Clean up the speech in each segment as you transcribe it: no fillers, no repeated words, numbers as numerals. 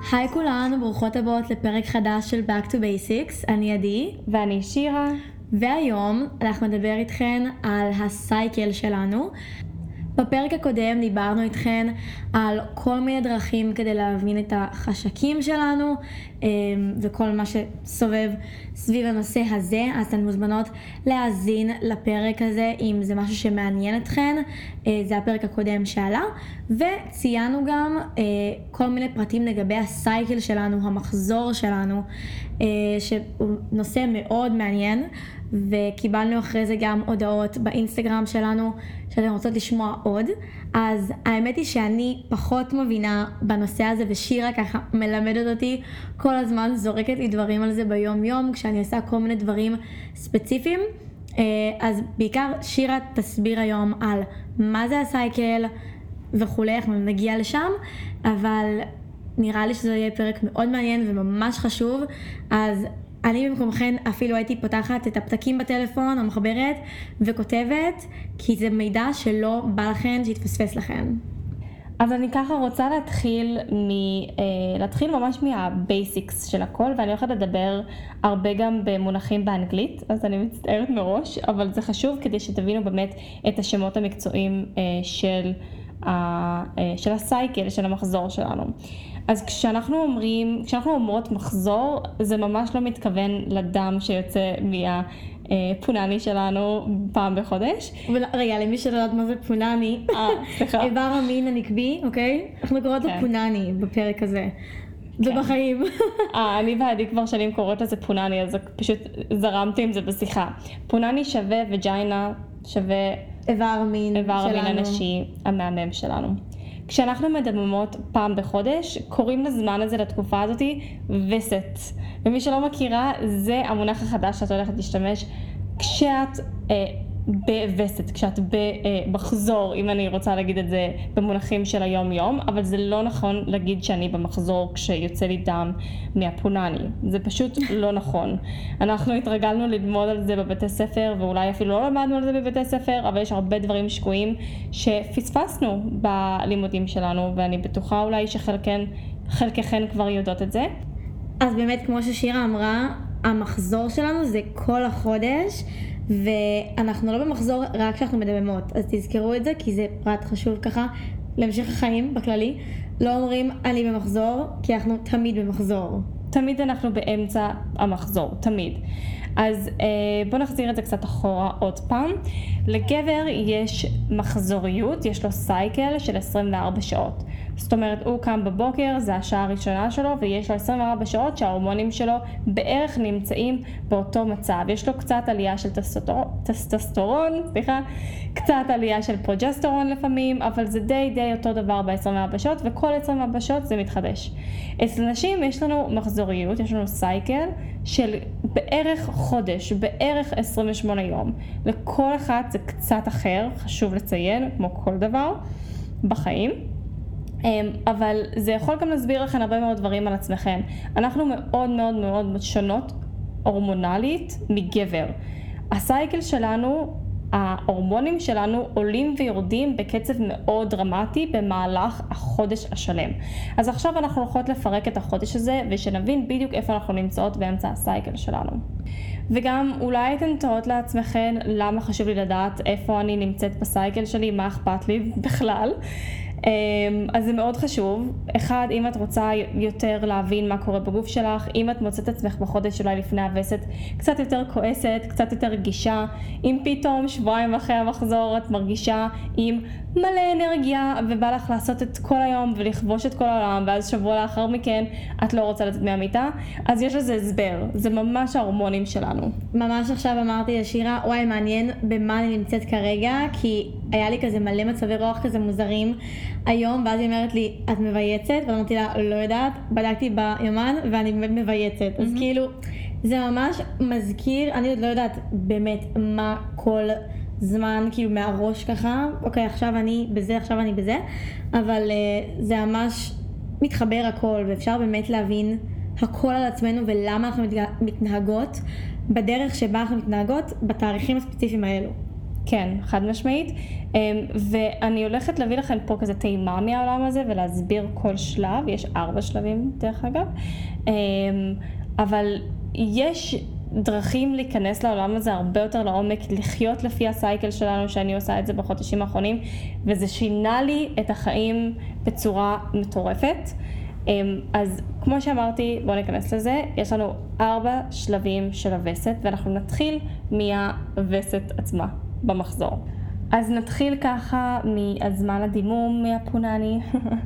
היי כולן, ברוכות הבאות לפרק חדש של Back to Basics. אני עדי. ואני שירה. והיום אנחנו נדבר איתכן על הסייקל שלנו. בפרק הקודם דיברנו איתכן על כל מיני דרכים כדי להבין את החשקים שלנו וכל מה שסובב סביב הנושא הזה, אז אתן מוזמנות להאזין לפרק הזה אם זה משהו שמעניין אתכן. זה הפרק הקודם שעלה, וציינו גם כל מיני פרטים לגבי הסייקל שלנו, המחזור שלנו, שהוא נושא מאוד מעניין, וקיבלנו אחרי זה גם הודעות באינסטגרם שלנו שאתן רוצות לשמוע עוד. אז האמת היא שאני פחות מבינה בנושא הזה, ושירה ככה מלמדת אותי כל הזמן, זורקת לי דברים על זה ביום יום כשאני עושה כל מיני דברים ספציפיים. אז בעיקר שירה תסביר היום על מה זה הסייקל וכולי, איך נגיע לשם, אבל נראה לי שזה יהיה פרק מאוד מעניין וממש חשוב. אז אני במקומכן אפילו הייתי פותחת את הפתקים בטלפון, המחברת, וכותבת, כי זה מידע שלא בא לכן, שיתפספס לכן. אז אני ככה רוצה להתחיל ממש מהבייסיקס של הכל, ואני הולכת לדבר הרבה גם במונחים באנגלית, אז אני מצטערת מראש, אבל זה חשוב כדי שתבינו באמת את השמות המקצועיים של הסייקל, של המחזור שלנו. אז כשאנחנו אומרות מחזור, זה ממש לא מתכוון לדם שיוצא מהפונני שלנו פעם בחודש. רגע, למי שלא יודעת מה זה פונני, סליחה. איבר המין הנקבי, אוקיי? אנחנו קוראות לו פונני בפרק הזה. ובחיים. אני ועדי כבר שנים קוראות לזה פונני, אז פשוט זרמתי עם זה בשיחה. פונני שווה וג'יינה שווה איבר המין הנשי המהמם שלנו. כשאנחנו מדממות פעם בחודש, קוראים לזמן הזה, לתקופה הזאת, וסת. ומי שלא מכירה, זה המונח החדש שאת הולכת להשתמש כשאת בווסת, כשאת במחזור, אם אני רוצה להגיד את זה במונחים של היום יום, אבל זה לא נכון להגיד שאני במחזור כשיוצא לי דם מהפונני. זה פשוט לא נכון. אנחנו התרגלנו ללמוד על זה בבתי ספר, ואולי אפילו לא למדנו על זה בבתי ספר, אבל יש הרבה דברים שקועים שפספסנו בלימודים שלנו, ואני בטוחה אולי שחלקכן כבר יודעות את זה. אז באמת, כמו ששירה אמרה, המחזור שלנו זה כל החודש, ואנחנו לא במחזור רק כשאנחנו מדממות, אז תזכרו את זה, כי זה פרט חשוב ככה להמשך החיים בכללי. לא אומרים אני במחזור, כי אנחנו תמיד במחזור. תמיד אנחנו באמצע המחזור, תמיד. אז בואו נחזיר את זה קצת אחורה עוד פעם. לגבר יש מחזוריות, יש לו סייקל של 24 שעות. זאת אומרת, הוא קם בבוקר, זה השעה הראשונה שלו, ויש לו 24 שעות שההורמונים שלו בערך נמצאים באותו מצב. יש לו קצת עלייה של טסטוסטרון, קצת עלייה של פרוג'סטרון לפעמים, אבל זה די אותו דבר ב-24 שעות, וכל 24 שעות זה מתחדש. אצל נשים יש לנו מחזוריות, יש לנו סייקל של בערך חודש, בערך 28 יום. לכל אחת זה קצת אחר, חשוב לציין, כמו כל דבר בחיים. אבל זה יכול גם להסביר לכם הרבה מאוד דברים על עצמכם. אנחנו מאוד מאוד מאוד שונות הורמונלית מגבר. הסייקל שלנו, ההורמונים שלנו עולים ויורדים בקצב מאוד דרמטי במהלך החודש השלם. אז עכשיו אנחנו הולכות לפרק את החודש הזה, ושנבין בדיוק איפה אנחנו נמצאות באמצע הסייקל שלנו. וגם אולי אתן תוהות לעצמכן למה חשוב לי לדעת איפה אני נמצאת בסייקל שלי, מה אכפת לי בכלל. אז זה מאוד חשוב. אחד, אם את רוצה יותר להבין מה קורה בגוף שלך, אם את מוצאת עצמך בחודש אולי לפני הווסת קצת יותר כועסת, קצת יותר רגישה, אם פתאום שבועיים אחרי המחזור את מרגישה עם מלא אנרגיה ובא לך לעשות את כל היום ולכבוש את כל העולם, ואז שבוע לאחר מכן את לא רוצה לצאת מהמיטה, אז יש לזה הסבר. זה ממש ההורמונים שלנו. ממש עכשיו אמרתי לשירה, וואי, מעניין במה אני נמצאת כרגע, כי היה לי כזה מלא מצבי רוח כזה מוזרים היום, ואז היא אומרת לי, את מבייצת? ואמרתי לה, לא יודעת, בדקתי ביומן ואני מבייצת. אז כאילו, זה ממש מזכיר, אני עוד לא יודעת באמת מה כל זמן כאילו מהראש ככה, אוקיי, עכשיו אני בזה, עכשיו אני בזה, אבל זה ממש מתחבר הכל, ואפשר באמת להבין הכל על עצמנו ולמה אנחנו מתנהגות בדרך שבה אנחנו מתנהגות בתאריכים הספציפיים האלו. כן, חד משמעית. ואני הולכת להביא לכם פה כזה טעימה מהעולם הזה ולהסביר כל שלב, יש 4 שלבים דרך אגב, אבל יש דרכים להיכנס לעולם הזה הרבה יותר לעומק, לחיות לפי הסייקל שלנו, שאני עושה את זה בחודשים האחרונים, וזה שינה לי את החיים בצורה מטורפת. אז כמו שאמרתי, בואו ניכנס לזה, יש לנו 4 שלבים של הווסת, ואנחנו נתחיל מהווסת עצמה במחזור. אז נתחיל ככה מהזמן הדימום, מהפונני.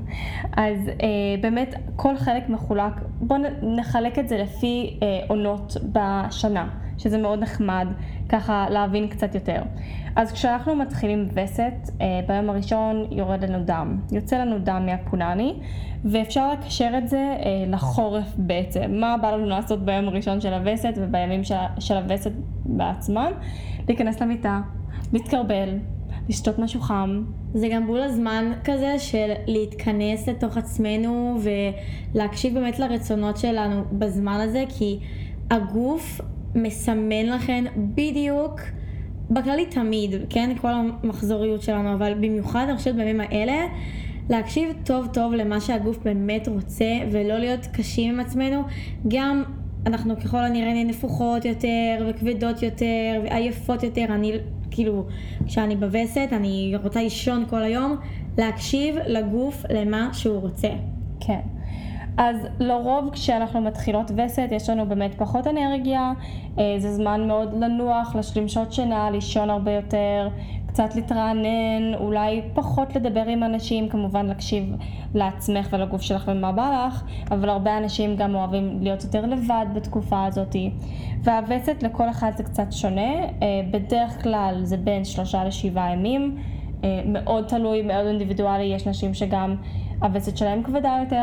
אז באמת כל חלק מחולק, בואו נחלק את זה לפי עונות בשנה, שזה מאוד נחמד ככה להבין קצת יותר. אז כשאנחנו מתחילים וסת, ביום הראשון יורד לנו דם, יוצא לנו דם מהפונני, ואפשר לקשר את זה לחורף בעצם. מה בא לנו לעשות ביום הראשון של הווסת ובימים של הווסת בעצמם? להיכנס למיטה, להתקרבל, לשתות משהו חם. זה גם בול הזמן כזה של להתכנס לתוך עצמנו ולהקשיב באמת לרצונות שלנו בזמן הזה, כי הגוף מסמן לכן בדיוק, בכללי תמיד, כן? כל המחזוריות שלנו, אבל במיוחד אני חושבת בימים האלה, להקשיב טוב טוב למה שהגוף באמת רוצה ולא להיות קשים עם עצמנו. גם אנחנו ככל הנראה נהיה נפוחות יותר וכבדות יותר ועייפות יותר. אני כאילו, כשאני בווסת, אני רוצה לישון כל היום, להקשיב לגוף למה שהוא רוצה. כן. אז לרוב כשאנחנו מתחילות וסת, יש לנו באמת פחות אנרגיה, זה זמן מאוד לנוח, לשלמשות שינה, לישון הרבה יותר, קצת להתרענן, אולי פחות לדבר עם אנשים, כמובן להקשיב לעצמך ולגוף שלך ומה בא לך, אבל הרבה אנשים גם אוהבים להיות יותר לבד בתקופה הזאת. והווסת לכל אחד זה קצת שונה, בדרך כלל זה בין 3 ל7 ימים, מאוד תלוי, מאוד אינדיבידואלי, יש נשים שגם הווסת שלהם כבדה יותר,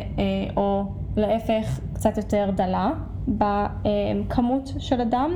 או להפך קצת יותר דלה בכמות של הדם.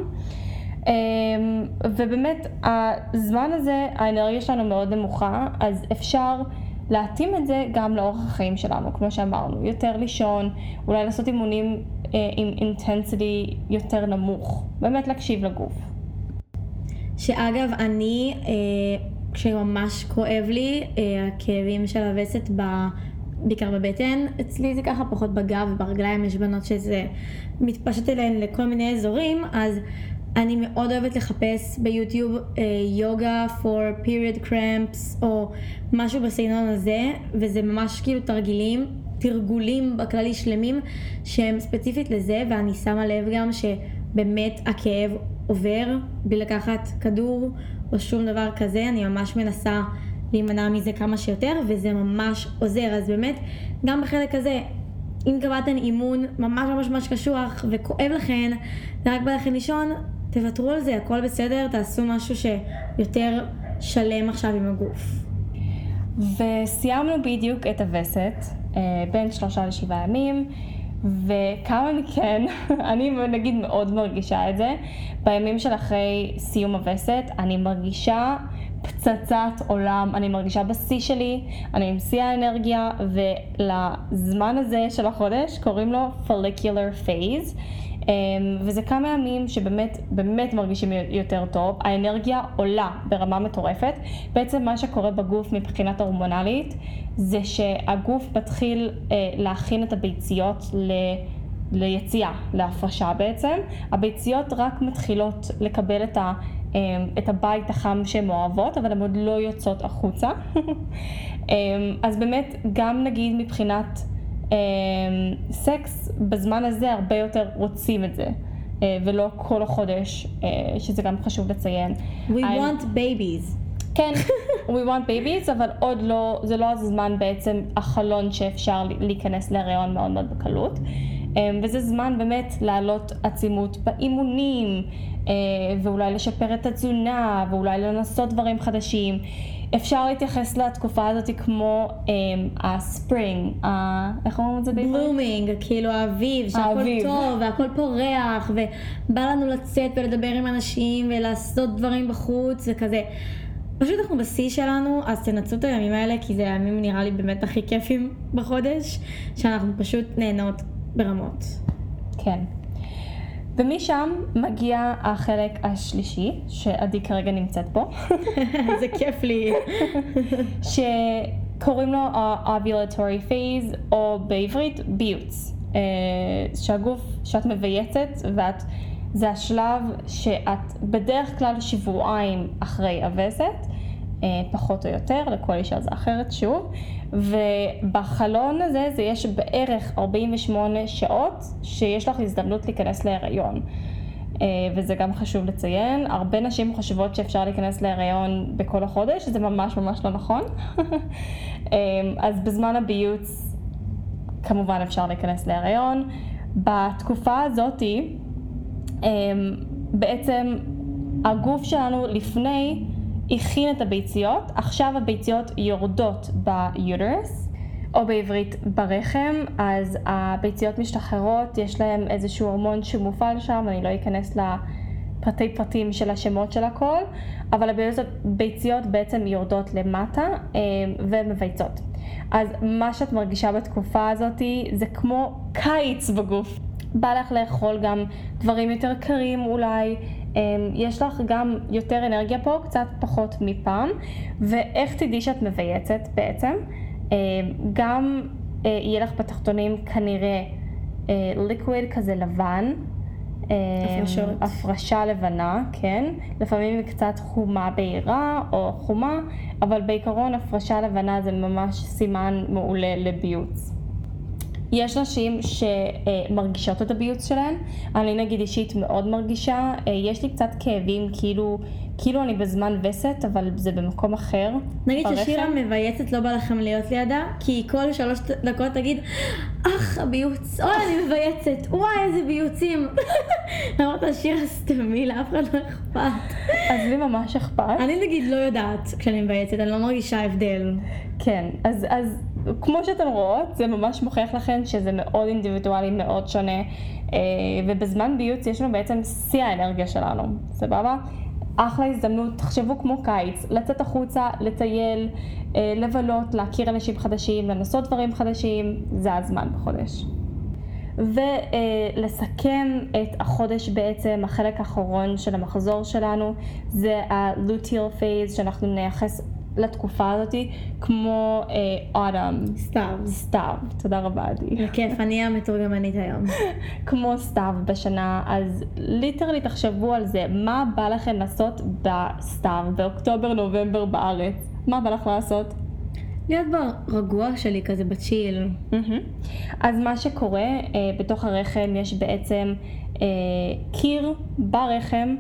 ובאמת הזמן הזה האנרגיה שלנו מאוד נמוכה, אז אפשר להתאים את זה גם לאורח החיים שלנו, כמו שאמרנו, יותר לישון, אולי לעשות אימונים עם אינטנסיטי יותר נמוך, באמת להקשיב לגוף. שאגב, אני כשממש כואב לי הכאבים של הווסת בעיקר בבטן, אצלי זה ככה פחות בגב וברגליים, יש בנות שזה מתפשט אליהן לכל מיני אזורים, אז אני מאוד אוהבת לחפש ביוטיוב יוגה for period cramps או משהו בסגנון הזה, וזה ממש כאילו תרגולים בכללי שלמים שהם ספציפית לזה, ואני שמה לב גם שבאמת הכאב עובר בלי לקחת כדור או שום דבר כזה. אני ממש מנסה להימנע מזה כמה שיותר, וזה ממש עוזר. אז באמת גם בחלק הזה, אם קבעתן אימון ממש ממש קשוח וכואב לכן, ורק בא לכן לישון, תוותרו על זה, הכל בסדר, תעשו משהו שיותר שלם עכשיו עם הגוף. וסיימנו בדיוק את הווסת, בין 3 ל7 ימים, וכמה מכן, אני נגיד מאוד מרגישה את זה, בימים של אחרי סיום הווסת, אני מרגישה פצצת עולם, אני מרגישה בשיא שלי, אני עם שיא האנרגיה, ולזמן הזה של החודש קוראים לו follicular phase, וזה כמה ימים שבאמת באמת מרגישים יותר טוב, האנרגיה עולה ברמה מטורפת. בעצם מה שקורה בגוף מבחינת הורמונלית זה שהגוף מתחיל להכין את הביציות ליציאה, להפרשה בעצם. הביציות רק מתחילות לקבל את הבית החם שהן אוהבות, אבל הן עוד לא יוצאות החוצה. אז באמת גם נגיד מבחינת סקס בזמן הזה הרבה יותר רוצים את זה, ולא כל החודש, שזה גם חשוב לציין. We want babies. כן, we want babies, אבל עוד לא, זה לא הזמן בעצם החלון שאפשר להיכנס להיריון מאוד מאוד בקלות. וזה זמן באמת לעלות עצימות באימונים, ואולי לשפר את התזונה, ואולי לנסות דברים חדשים. אפשר להתייחס לתקופה הזאת כמו הספרינג, איך אומרים את זה בעברית? בלומינג, כאילו האביב, שהכל טוב והכל פורח, ובא לנו לצאת ולדבר עם אנשים ולעשות דברים בחוץ וכזה. פשוט אנחנו בשיא שלנו, אז תנצלו את הימים האלה, כי זה הימים נראה לי באמת הכי כיפים בחודש, שאנחנו פשוט נהנות ברמות. כן. ומשם מגיע החלק השלישי, שעדי כרגע נמצאת פה. זה כיף לי. שקוראים לו ovulatory phase, או בעברית ביוץ. שאת מבייצת, זה השלב שאת בדרך כלל שבועיים אחרי הווסת, פחות או יותר, לכל אישה זה אחרת שוב, ובחלון הזה יש בערך 48 שעות שיש לך הזדמנות להיכנס להיריון. וזה גם חשוב לציין, הרבה נשים חושבות שאפשר להיכנס להיריון בכל החודש, זה ממש ממש לא נכון. אז בזמן הביוץ כמובן אפשר להיכנס להיריון. בתקופה הזאת בעצם הגוף שלנו לפני הכין את הביציות, עכשיו הביציות יורדות ביוטרס, או בעברית ברחם, אז הביציות משתחררות, יש להם איזשהו הורמון שמופעל שם, אני לא אכנס לפרטי פרטים של השמות של הכל, אבל הביציות בעצם יורדות למטה ומבייצות. אז מה שאת מרגישה בתקופה הזאת זה כמו קיץ בגוף. בא לך לאכול גם דברים יותר קרים אולי, יש לך גם יותר אנרגיה פה, קצת פחות מפעם, ואיך תדעי שאת מבייצת בעצם? גם יהיה לך בתחתונים כנראה ליקוויד כזה לבן, הפרשה לבנה, כן, לפעמים היא קצת חומה בהירה או חומה, אבל בעיקרון הפרשה לבנה זה ממש סימן מעולה לביוץ. יש נשים שמרגישות את הביוץ שלהן, אני נגיד אישית מאוד מרגישה, יש לי קצת כאבים כאילו אני בזמן וסת, אבל זה במקום אחר. נגיד ששירה מבייצת, לא בא לכם להיות לידה, כי כל 3 דקות תגיד, הביוץ, אוי אני מבייצת, וואי איזה ביוצים. אמרת שירה סתמי, לאף אחד לא אכפת. אז לי ממש אכפת. אני נגיד לא יודעת כשאני מבייצת, אני לא מרגישה הבדל. כן, אז כמו שאתן רואות, זה ממש מוכיח לכם שזה מאוד אינדיבידואלי, מאוד שונה, ובזמן ביוץ יש לנו בעצם שיא האנרגיה שלנו, סבבה? אחלה הזדמנות, תחשבו כמו קיץ, לצאת החוצה, לטייל, לבלות, להכיר אנשים חדשים, לנסות דברים חדשים, זה הזמן בחודש. ולסכם את החודש בעצם, החלק האחרון של המחזור שלנו, זה ה-luteal phase שאנחנו נייחס לתקופה הזאת כמו autumn. סתיו, תודה רבה עדי. בכיף, אני המתורגמנית היום. כמו סתיו בשנה, אז ליטרלי תחשבו על זה, מה בא לכם לעשות בסתיו, באוקטובר, נובמבר בארץ? מה בא לך לעשות? להיות ברגוע שלי כזה בצ'יל. אז מה שקורה, בתוך הרחם יש בעצם קיר ברחם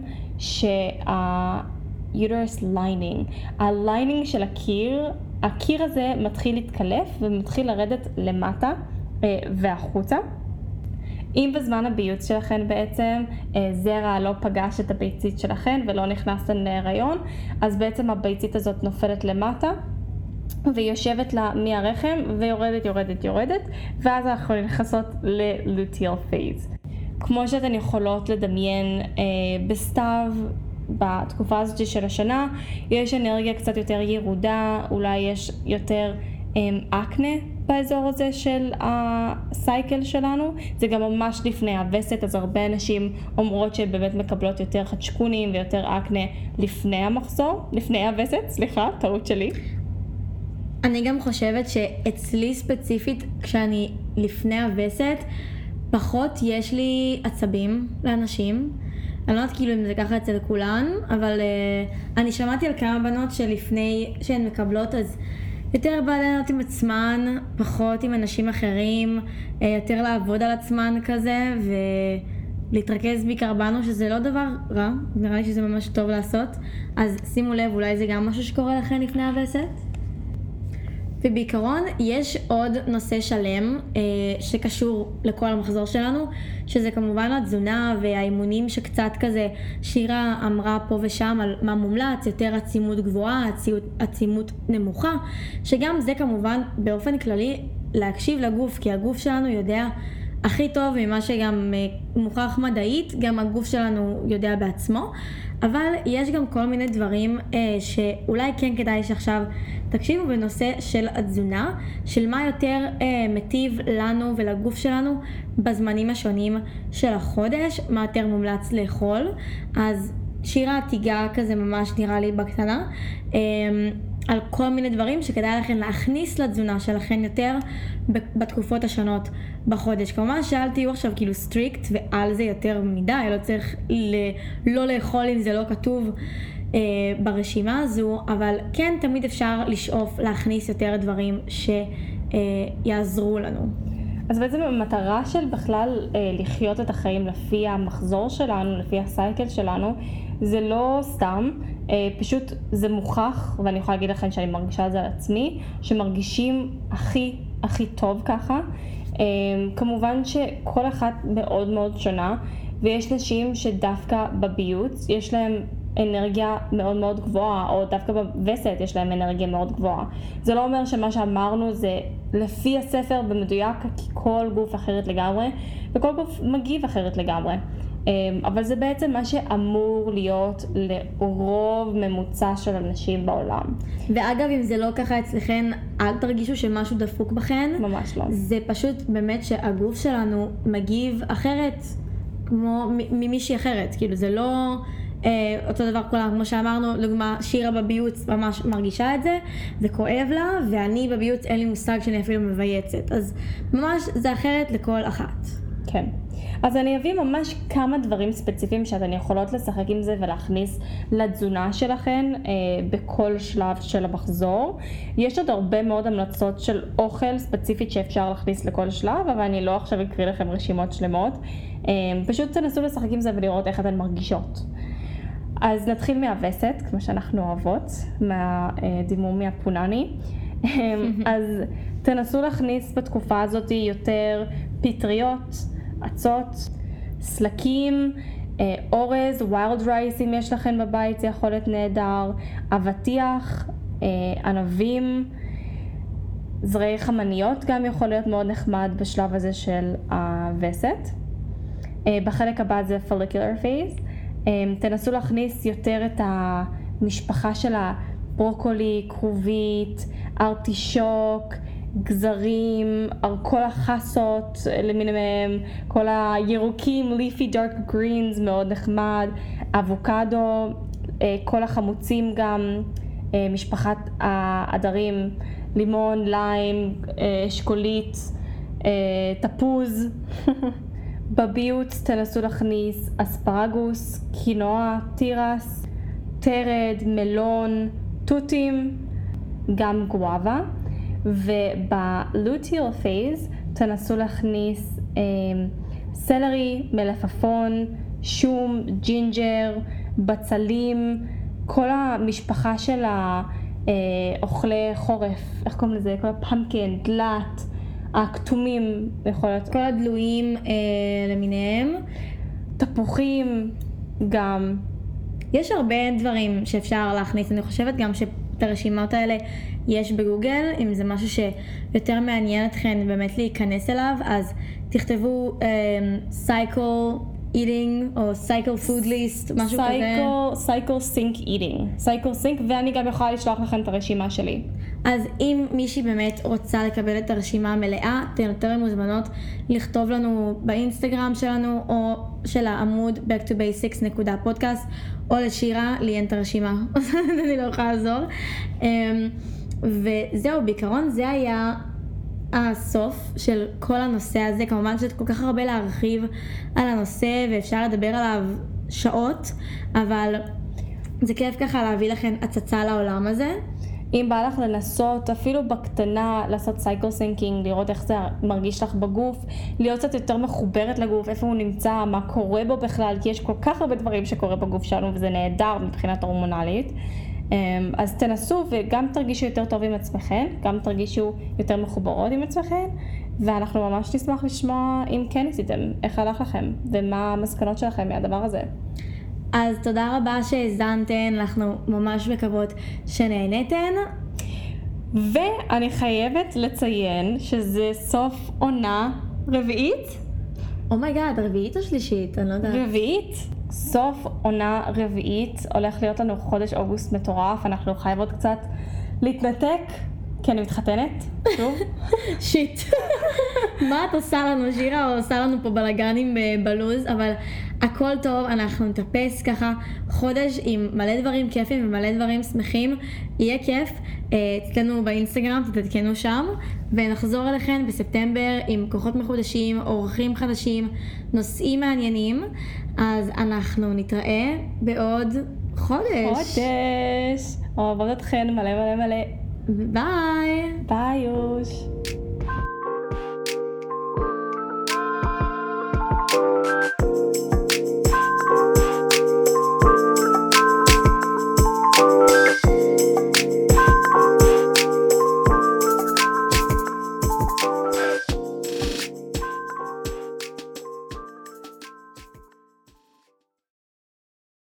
uterus lining. הליינינג של הקיר הזה מתחיל להתקלף ומתחיל לרדת למטה והחוצה. אם בזמן הביוץ שלכן בעצם זרע לא פגש את הביצית שלכן ולא נכנסתן להיריון, אז בעצם הביצית הזאת נופלת למטה והיא יושבת לה מהרחם ויורדת, ואז אנחנו נכנסות ל-luteal phase. כמו שאתן יכולות לדמיין בסתיו, בתקופה הזאת של השנה, יש אנרגיה קצת יותר ירודה, אולי יש יותר אקנה באזור הזה של הסייקל שלנו. זה גם ממש לפני הווסת, אז הרבה אנשים אומרות שהן באמת מקבלות יותר חדשקונים ויותר אקנה לפני המחזור, לפני הווסת, סליחה, טעות שלי. אני גם חושבת שאצלי ספציפית, כשאני לפני הווסת, פחות יש לי עצבים לאנשים. אני לא יודעת כאילו אם זה ככה אצל כולן, אבל אני שמעתי על כמה בנות שלפני שהן מקבלות, אז יותר בא לענות עם עצמן, פחות עם אנשים אחרים, יותר לעבוד על עצמן כזה, ולהתרכז בעיקר בנו, שזה לא דבר רע, נראה לי שזה ממש טוב לעשות. אז שימו לב, אולי זה גם משהו שקורה לכן לפני הווסת. ובעיקרון יש עוד נושא שלם שקשור לכל המחזור שלנו, שזה כמובן התזונה והאימונים שקצת כזה שירה אמרה פה ושם על מה מומלץ, יותר עצימות גבוהה, עצימות נמוכה, שגם זה כמובן באופן כללי להקשיב לגוף, כי הגוף שלנו יודע הכי טוב ממה שגם מוכח מדעית, גם הגוף שלנו יודע בעצמו, אבל יש גם כל מיני דברים שאולי כן כדאי שעכשיו תקשיבו בנושא של התזונה, של מה יותר מטיב לנו ולגוף שלנו בזמנים השונים של החודש, מה יותר מומלץ לאכול. אז שירה תיגע כזה ממש נראה לי בקטנה על כל מיני דברים שכדאי לכם להכניס לתזונה שלכם יותר בתקופות השונות בחודש. כמובן שאל תהיו עכשיו כאילו סטריקט ועל זה יותר מדי, לא צריך לא לאכול אם זה לא כתוב ברשימה הזו, אבל כן תמיד אפשר לשאוף להכניס יותר דברים שיעזרו לנו. אז בעצם המטרה של בכלל לחיות את החיים לפי המחזור שלנו, לפי הסייקל שלנו, זה לא סתם, פשוט זה מוכח, ואני יכולה להגיד לכם שאני מרגישה את זה על עצמי, שמרגישים הכי טוב ככה. כמובן שכל אחת מאוד מאוד שונה, ויש נשים שדווקא בביוץ יש להם אנרגיה מאוד מאוד גבוהה, או דווקא בווסת יש להם אנרגיה מאוד גבוהה. זה לא אומר שמה שאמרנו זה לפי הספר במדויק, כי כל גוף אחרת לגמרי, וכל גוף מגיב אחרת לגמרי. אבל זה בעצם מה שאמור להיות לרוב ממוצע של אנשים בעולם. ואגב, אם זה לא ככה אצלכם, אל תרגישו שמשהו דפוק בכן. ממש לא. זה פשוט באמת שהגוף שלנו מגיב אחרת כמו ממישהי אחרת. כאילו זה לא אותו דבר כולם, כמו שאמרנו, לדוגמה שירה בביוץ ממש מרגישה את זה, זה כואב לה, ואני בביוץ אין לי מושג שאני אפילו מבייצת. אז ממש זה אחרת לכל אחת. כן. אז אני אביא ממש כמה דברים ספציפיים שאתן יכולות לשחק עם זה ולהכניס לתזונה שלכן בכל שלב של המחזור. יש עוד הרבה מאוד המלצות של אוכל ספציפית שאפשר להכניס לכל שלב, אבל אני לא עכשיו אקריא לכם רשימות שלמות. פשוט תנסו לשחק עם זה ולראות איך אתן מרגישות. אז נתחיל מהווסת, כמו שאנחנו אוהבות, מהדימום מהפונני. אז תנסו להכניס בתקופה הזאת יותר פטריות, עצות, סלקים, אורז, ווילד רייס אם יש לכם בבית, זה יכול להיות נהדר, אבטיח, ענבים, זרעי חמניות גם יכול להיות מאוד נחמד בשלב הזה של הווסת. בחלק הבא זה follicular phase. תנסו להכניס יותר את המשפחה של הברוקולי, כרובית, ארטישוק, גזרים, כל החסות למיניהם, כל הירוקים, leafy dark greens, מאוד נחמד, אבוקדו, כל החמוצים גם, משפחת העדרים, לימון, ליים, אשכולית, תפוז. בביוץ תנסו להכניס אספרגוס, קינוע, תירס, תרד, מלון, תותים, גם גואבה. ובלוטיאל פייז תנסו להכניס סלרי, מלפפון, שום, ג'ינג'ר, בצלים, כל המשפחה של האוכלי חורף, איך קוראים לזה? כל הפמפקין, דלת, הכתומים, יכול להיות כל הדלויים למיניהם, תפוחים גם. יש הרבה דברים שאפשר להכניס. אני חושבת גם שאת הרשימות האלה יש בגוגל. אם זה משהו שיותר מעניין אתכן באמת להיכנס אליו, אז תכתבו cycle eating או cycle food list, משהו כזה. cycle sync eating, cycle sync, ואני גם יכולה לשלוח לכם את הרשימה שלי. אז אם מישהי באמת רוצה לקבל את הרשימה המלאה, אתן יותר מוזמנות לכתוב לנו באינסטגרם שלנו או של העמוד backtobasics.podcast, או לשירה, לי אין את הרשימה, אני לא יכולה לעזור. וזהו, בעיקרון זה היה הסוף של כל הנושא הזה. כמובן שיש כל כך הרבה להרחיב על הנושא ואפשר לדבר עליו שעות, אבל זה כיף ככה להביא לכם הצצה לעולם הזה. אם בא לך לנסות אפילו בקטנה לעשות סייקל סינקינג, לראות איך זה מרגיש לך בגוף, להיות קצת יותר מחוברת לגוף, איפה הוא נמצא, מה קורה בו בכלל, כי יש כל כך הרבה דברים שקורה בגוף שלנו וזה נהדר מבחינת הורמונלית. אז תנסו וגם תרגישו יותר טוב עם עצמכם, גם תרגישו יותר מחוברות עם עצמכם, ואנחנו ממש נשמח לשמוע אם כן עשיתם, איך הלך לכם ומה המסקנות שלכם מהדבר הזה. אז תודה רבה שהזנתן, אנחנו ממש מקוות שנהנתן. ואני חייבת לציין שזה סוף עונה רביעית. אומייגאד, רביעית או שלישית? אני לא יודעת. רביעית, סוף עונה רביעית, הולך להיות לנו חודש אוגוסט מטורף, אנחנו חייבות קצת להתנתק, כי אני מתחתנת, שוב. שיט. מה את עושה לנו, שירה, או עושה לנו פה בלגנים בלוז, אבל הכל טוב, אנחנו נטפס ככה חודש עם מלא דברים כיפים ומלא דברים שמחים, יהיה כיף, אצלנו באינסטגרם, תתעדכנו שם, ונחזור אליכם בספטמבר עם כוחות מחודשים, אורחים חדשים, נושאים מעניינים, אז אנחנו נתראה בעוד חודש. אוהבות אתכן מלא מלא מלא. ביי. ביי יוש.